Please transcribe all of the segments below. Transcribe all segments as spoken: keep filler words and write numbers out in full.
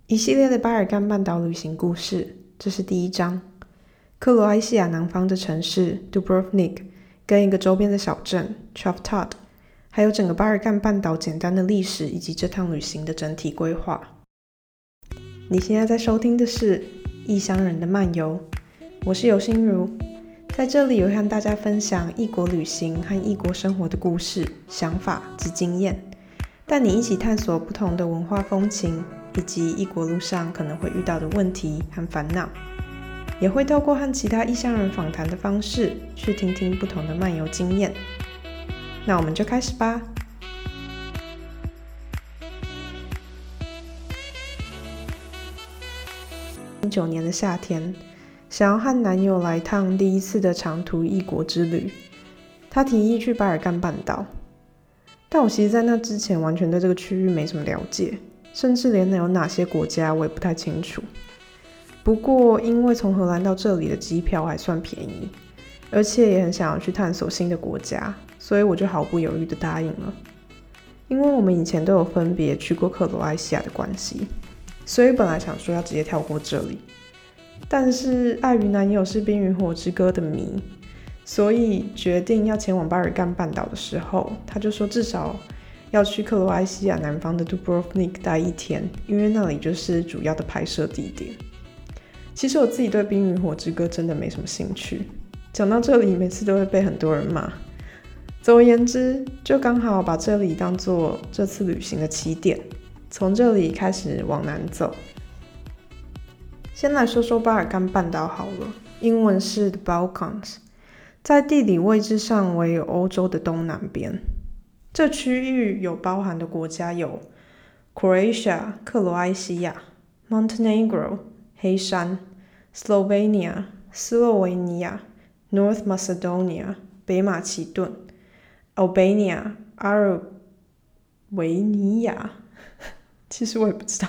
一系列的巴尔干半岛旅行故事，这是第一章。克罗埃西亚南方的城市 Dubrovnik 跟一个周边的小镇 Cavtat， 还有整个巴尔干半岛简单的历史以及这趟旅行的整体规划。你现在在收听的是异乡人的漫游，我是游心如，在这里我会和大家分享异国旅行和异国生活的故事、想法及经验，带你一起探索不同的文化风情以及异国路上可能会遇到的问题和烦恼，也会透过和其他异乡人访谈的方式去听听不同的漫游经验。那我们就开始吧。一九年的夏天，想要和男友来趟第一次的长途异国之旅，他提议去巴尔干半岛，但我其实在那之前完全对这个区域没什么了解，甚至连有哪些国家我也不太清楚。不过因为从荷兰到这里的机票还算便宜，而且也很想要去探索新的国家，所以我就毫不犹豫地答应了。因为我们以前都有分别去过克罗埃西亚的关系，所以本来想说要直接跳过这里，但是碍于男友是《冰与火之歌》的迷，所以决定要前往巴尔干半岛的时候，他就说至少要去克罗埃西亚南方的 Dubrovnik 待一天，因为那里就是主要的拍摄地点。其实我自己对《冰与火之歌》真的没什么兴趣，讲到这里每次都会被很多人骂。总而言之，就刚好把这里当作这次旅行的起点，从这里开始往南走。先来说说巴尔干半岛好了，英文是 The Balkans， 在地理位置上为欧洲的东南边。这区域有包含的国家有 Croatia 克罗埃西亚、Montenegro 黑山、Slovenia 斯洛维尼亚、North Macedonia 北马其顿、Albania 阿尔维尼亚其实我也不知道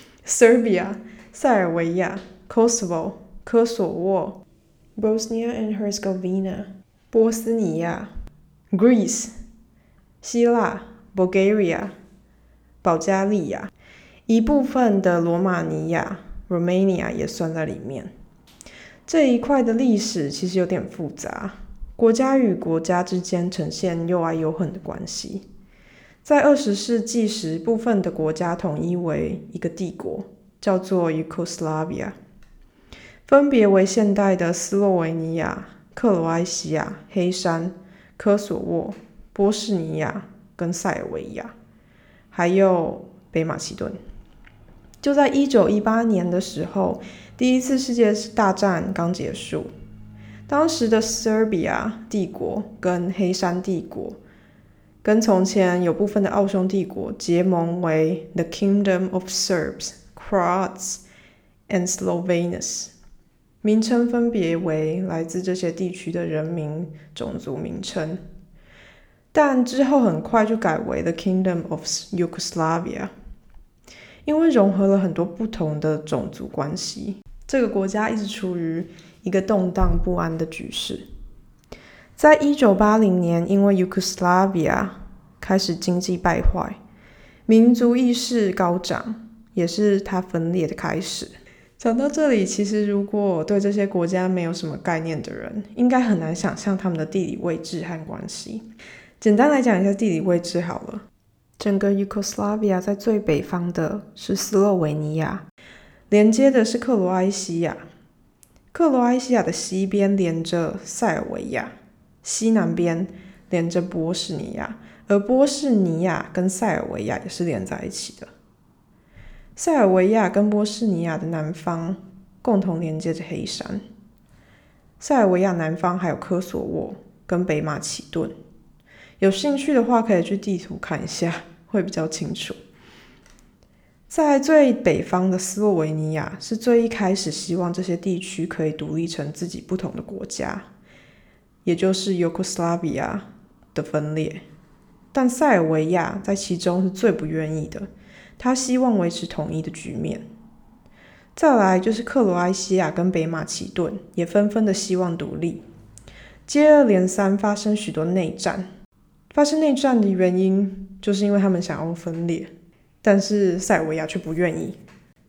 Serbia 塞尔维亚、Kosovo 科索沃、Bosnia and Herzegovina 波斯尼亚、Greece 希腊 Bulgaria 保加利亚，一部分的罗马尼亚 Romania 也算在里面。这一块的历史其实有点复杂，国家与国家之间呈现又爱又恨的关系。在二十世纪时，部分的国家统一为一个帝国，叫做 Yugoslavia， 分别为现代的斯洛维尼亚、克罗埃西亚、黑山、科索沃、波士尼亚跟塞尔维亚，还有北马其顿。就在一九一八年的时候，第一次世界大战刚结束，当时的 Serbia 帝国跟黑山帝国跟从前有部分的奥匈帝国结盟为 The Kingdom of Serbs, Croats and Slovenes， 名称分别为来自这些地区的人民种族名称，但之后很快就改为 The Kingdom of Yugoslavia， 因为融合了很多不同的种族关系，这个国家一直处于一个动荡不安的局势。在一九八零年，因为 Yugoslavia 开始经济败坏，民族意识高涨，也是它分裂的开始。讲到这里，其实如果对这些国家没有什么概念的人，应该很难想象他们的地理位置和关系。简单来讲一下地理位置好了。整个 Yugoslavia 在最北方的是斯洛维尼亚，连接的是克罗埃西亚。克罗埃西亚的西边连着塞尔维亚，西南边连着波士尼亚，而波士尼亚跟塞尔维亚也是连在一起的。塞尔维亚跟波士尼亚的南方共同连接着黑山，塞尔维亚南方还有科索沃跟北马其顿。有兴趣的话可以去地图看一下，会比较清楚。在最北方的斯洛维尼亚是最一开始希望这些地区可以独立成自己不同的国家，也就是 Yugoslavia 的分裂，但塞尔维亚在其中是最不愿意的，他希望维持统一的局面。再来就是克罗埃西亚跟北马其顿也纷纷的希望独立，接二连三发生许多内战。发生内战的原因就是因为他们想要分裂，但是塞尔维亚却不愿意。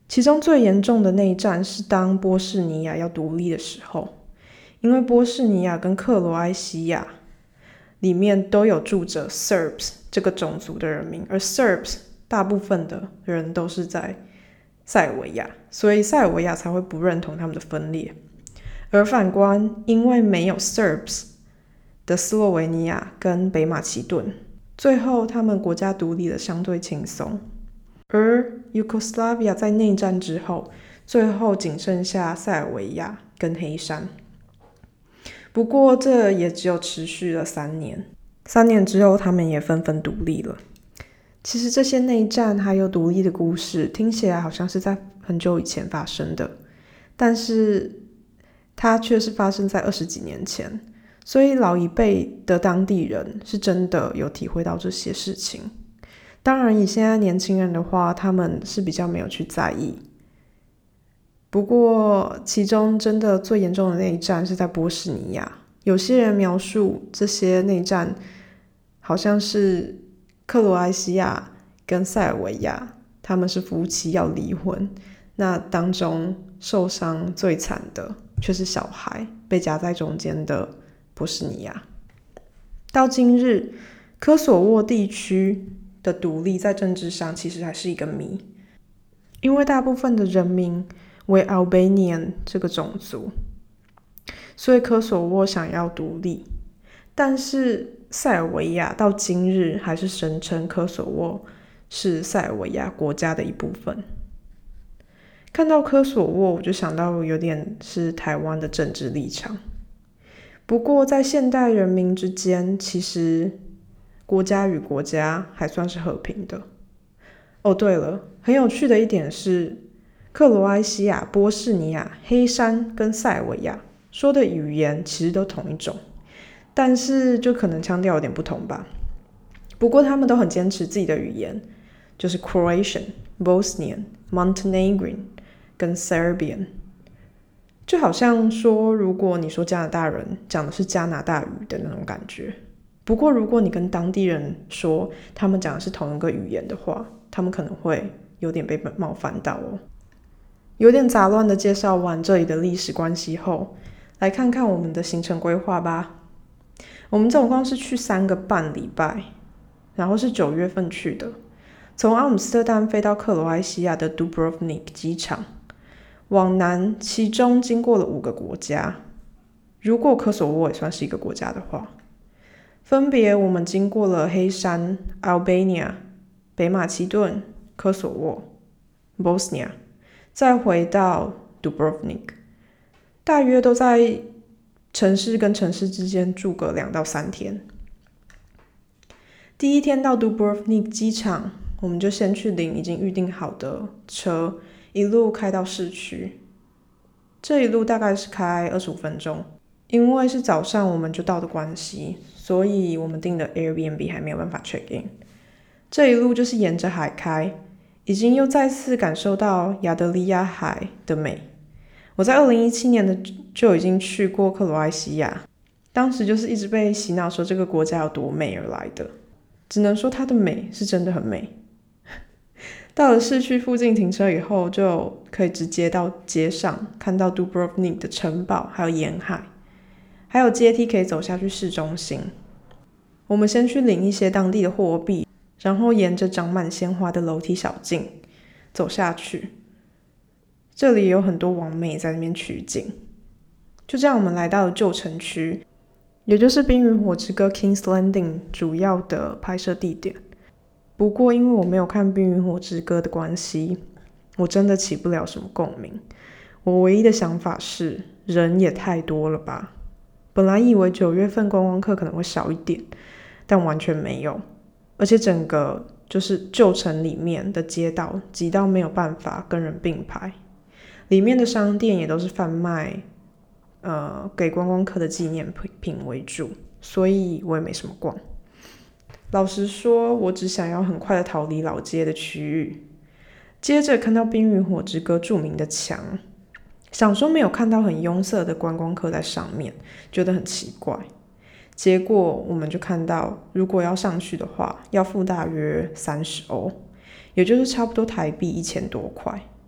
其中最严重的内战是当波士尼亚要独立的时候，因为波士尼亚跟克罗埃西亚里面都有住着 Serbs 这个种族的人民，而 Serbs 大部分的人都是在塞尔维亚，所以塞尔维亚才会不认同他们的分裂。而反观因为没有 Serbs 的斯洛维尼亚跟北马其顿，最后他们国家独立的相对轻松。而 Yugoslavia 在内战之后，最后仅剩下塞尔维亚跟黑山。不过这也只有持续了三年，三年之后他们也纷纷独立了。其实这些内战还有独立的故事听起来好像是在很久以前发生的，但是它却是发生在二十几年前，所以老一辈的当地人是真的有体会到这些事情。当然以现在年轻人的话，他们是比较没有去在意。不过其中真的最严重的内战是在波士尼亚，有些人描述这些内战好像是克罗埃西亚跟塞尔维亚他们是夫妻要离婚，那当中受伤最惨的却是小孩，被夹在中间的波士尼亚。到今日，科索沃地区的独立在政治上其实还是一个谜，因为大部分的人民为 Albanian 这个种族，所以科索沃想要独立，但是塞尔维亚到今日还是声称科索沃是塞尔维亚国家的一部分。看到科索沃，我就想到有点是台湾的政治立场。不过在现代人民之间，其实国家与国家还算是和平的。哦，对了，很有趣的一点是，克罗埃西亚、波士尼亚、黑山跟塞尔维亚说的语言其实都同一种，但是就可能腔调有点不同吧。不过他们都很坚持自己的语言，就是 Croatian、Bosnian、Montenegrin 跟 Serbian。就好像说，如果你说加拿大人讲的是加拿大语的那种感觉。不过如果你跟当地人说他们讲的是同一个语言的话，他们可能会有点被冒犯到哦。有点杂乱的介绍完这里的历史关系后，来看看我们的行程规划吧。我们总共是去三个半礼拜，然后是九月份去的，从阿姆斯特丹飞到克罗埃西亚的 Dubrovnik 机场，往南其中经过了五个国家，如果科索沃也算是一个国家的话，分别我们经过了黑山、Albania、北马其顿、科索沃、Bosnia， 再回到 Dubrovnik， 大约都在城市跟城市之间住个两到三天。第一天到 Dubrovnik 机场，我们就先去领已经预定好的车，一路开到市区。这一路大概是开二十五分钟，因为是早上我们就到的关系，所以我们订的 Airbnb 还没有办法 check in。这一路就是沿着海开，已经又再次感受到亚得里亚海的美。我在二零一七年的就已经去过克罗埃西亚，当时就是一直被洗脑说这个国家有多美而来的，只能说它的美是真的很美。到了市区附近停车以后，就可以直接到街上看到 Dubrovnik 的城堡还有沿海，还有阶梯可以走下去市中心。我们先去领一些当地的货币，然后沿着长满鲜花的楼梯小径走下去。这里有很多网美在那边取景。就这样我们来到了旧城区，也就是《冰与火之歌》King's Landing 主要的拍摄地点。不过因为我没有看《冰与火之歌》的关系，我真的起不了什么共鸣。我唯一的想法是，人也太多了吧。本来以为九月份观光客可能会少一点，但完全没有。而且整个就是旧城里面的街道挤到没有办法跟人并排，里面的商店也都是贩卖呃给观光客的纪念品为主，所以我也没什么逛。老实说，我只想要很快的逃离老街的区域。接着看到《冰与火之歌》著名的墙，想说没有看到很拥塞的观光客在上面，觉得很奇怪。结果我们就看到，如果要上去的话，要付大约三十欧，也就是差不多台币一千多块。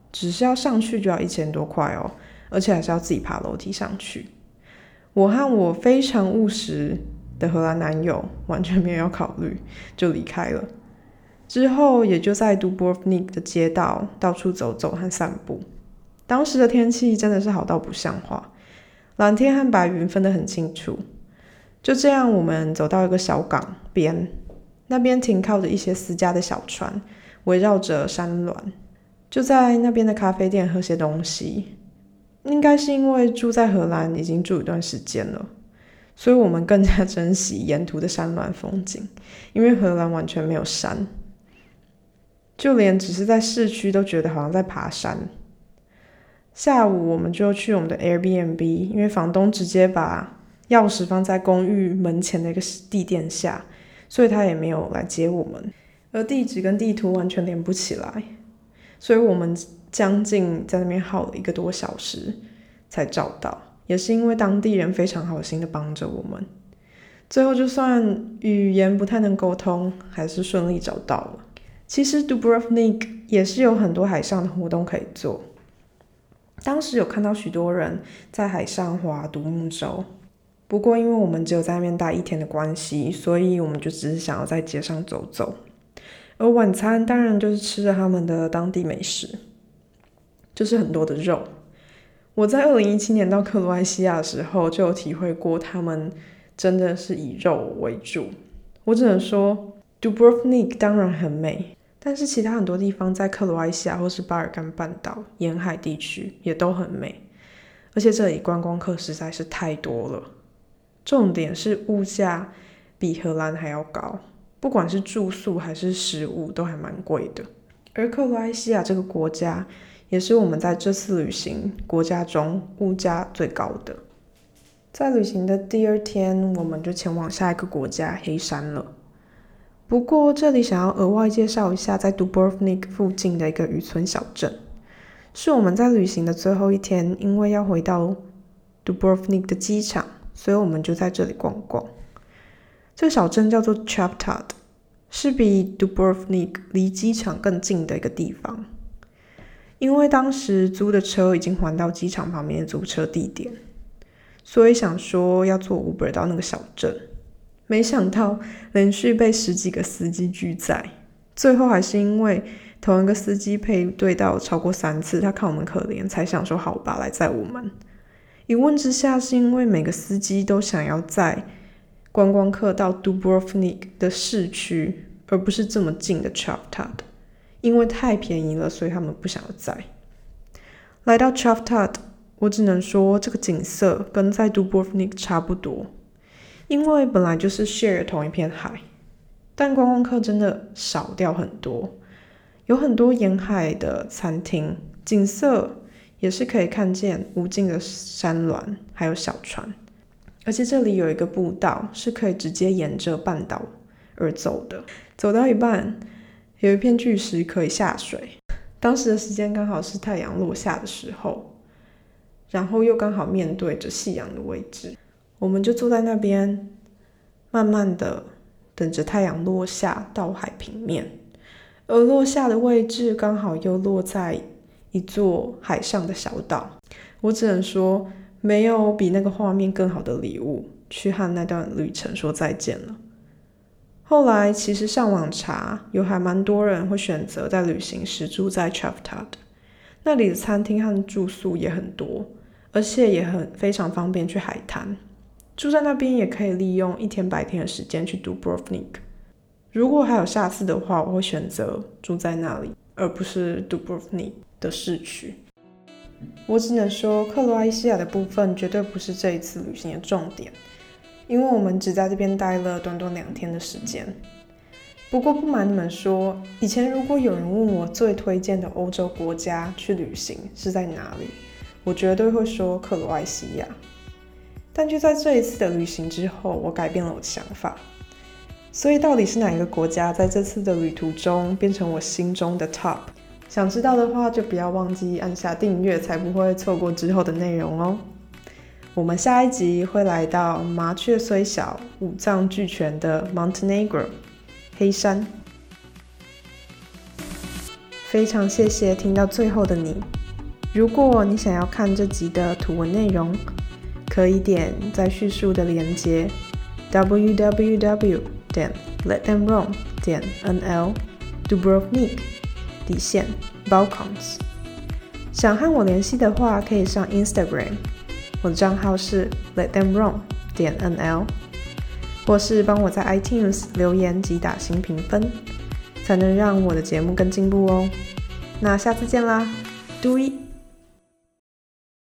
只是要上去就要一千多块哦，而且还是要自己爬楼梯上去。我和我非常务实的荷兰男友完全没有要考虑，就离开了。之后也就在 Dubrovnik 的街道到处走走和散步。当时的天气真的是好到不像话，蓝天和白云分得很清楚。就这样，我们走到一个小港边，那边停靠着一些私家的小船，围绕着山峦。就在那边的咖啡店喝些东西。应该是因为住在荷兰已经住一段时间了，所以我们更加珍惜沿途的山峦风景，因为荷兰完全没有山，就连只是在市区都觉得好像在爬山。下午我们就去我们的 Airbnb， 因为房东直接把钥匙放在公寓门前的一个地垫下，所以他也没有来接我们，而地址跟地图完全连不起来，所以我们将近在那边耗了一个多小时才找到，也是因为当地人非常好心的帮着我们，最后就算语言不太能沟通，还是顺利找到了。其实 Dubrovnik 也是有很多海上的活动可以做，当时有看到许多人在海上划独木舟，不过因为我们只有在那边待一天的关系，所以我们就只是想要在街上走走，而晚餐当然就是吃着他们的当地美食，就是很多的肉。我在二零一七年到克罗埃西亚的时候就有体会过，他们真的是以肉为主。我只能说 Dubrovnik 当然很美，但是其他很多地方在克罗埃西亚或是巴尔干半岛沿海地区也都很美，而且这里观光客实在是太多了。重点是物价比荷兰还要高，不管是住宿还是食物都还蛮贵的。而克罗埃西亚这个国家也是我们在这次旅行国家中物价最高的。在旅行的第二天，我们就前往下一个国家黑山了。不过这里想要额外介绍一下在 Dubrovnik 附近的一个渔村小镇，是我们在旅行的最后一天，因为要回到 Dubrovnik 的机场，所以我们就在这里逛逛。这个小镇叫做 Chavtad， 是比 Dubrovnik 离机场更近的一个地方。因为当时租的车已经还到机场旁边的租车地点，所以想说要坐 Uber 到那个小镇，没想到连续被十几个司机拒载，最后还是因为同一个司机配对到超过三次，他看我们可怜，才想说好吧，来载我们。一问之下，是因为每个司机都想要载观光客到 Dubrovnik 的市区，而不是这么近的 Chavtad， 因为太便宜了，所以他们不想要载。来到 Chavtad， 我只能说这个景色跟在 Dubrovnik 差不多，因为本来就是 share 同一片海，但观光客真的少掉很多，有很多沿海的餐厅，景色也是可以看见无尽的山峦还有小船，而且这里有一个步道是可以直接沿着半岛而走的，走到一半有一片巨石可以下水，当时的时间刚好是太阳落下的时候，然后又刚好面对着夕阳的位置，我们就坐在那边慢慢的等着太阳落下到海平面，而落下的位置刚好又落在一座海上的小岛。我只能说没有比那个画面更好的礼物去和那段旅程说再见了。后来其实上网查，有还蛮多人会选择在旅行时住在 Chavtad， 那里的餐厅和住宿也很多，而且也很非常方便去海滩，住在那边也可以利用一天白天的时间去 Dubrovnik。 如果还有下次的话，我会选择住在那里，而不是 Dubrovnik 的市区。我只能说克罗埃西亚的部分绝对不是这一次旅行的重点，因为我们只在这边待了短短两天的时间。不过不瞒你们说，以前如果有人问我最推荐的欧洲国家去旅行是在哪里，我绝对会说克罗埃西亚。但就在这一次的旅行之后，我改变了我的想法。所以到底是哪一个国家在这次的旅途中变成我心中的 top？ 想知道的话就不要忘记按下订阅，才不会错过之后的内容哦。我们下一集会来到麻雀虽小，五脏俱全的 Montenegro 黑山。 非常谢谢听到最后的你。如果你想要看这集的图文内容，可以点在叙述的连结 double-u double-u double-u 点 let them roam 点 n l Dubrovnik 底线 Balkans。想和我联系的话，可以上 Instagram， 我的账号是 let them roam 点 n l， 或是帮我在 iTunes 留言及打新评分，才能让我的节目更进步哦。那下次见啦，Doei！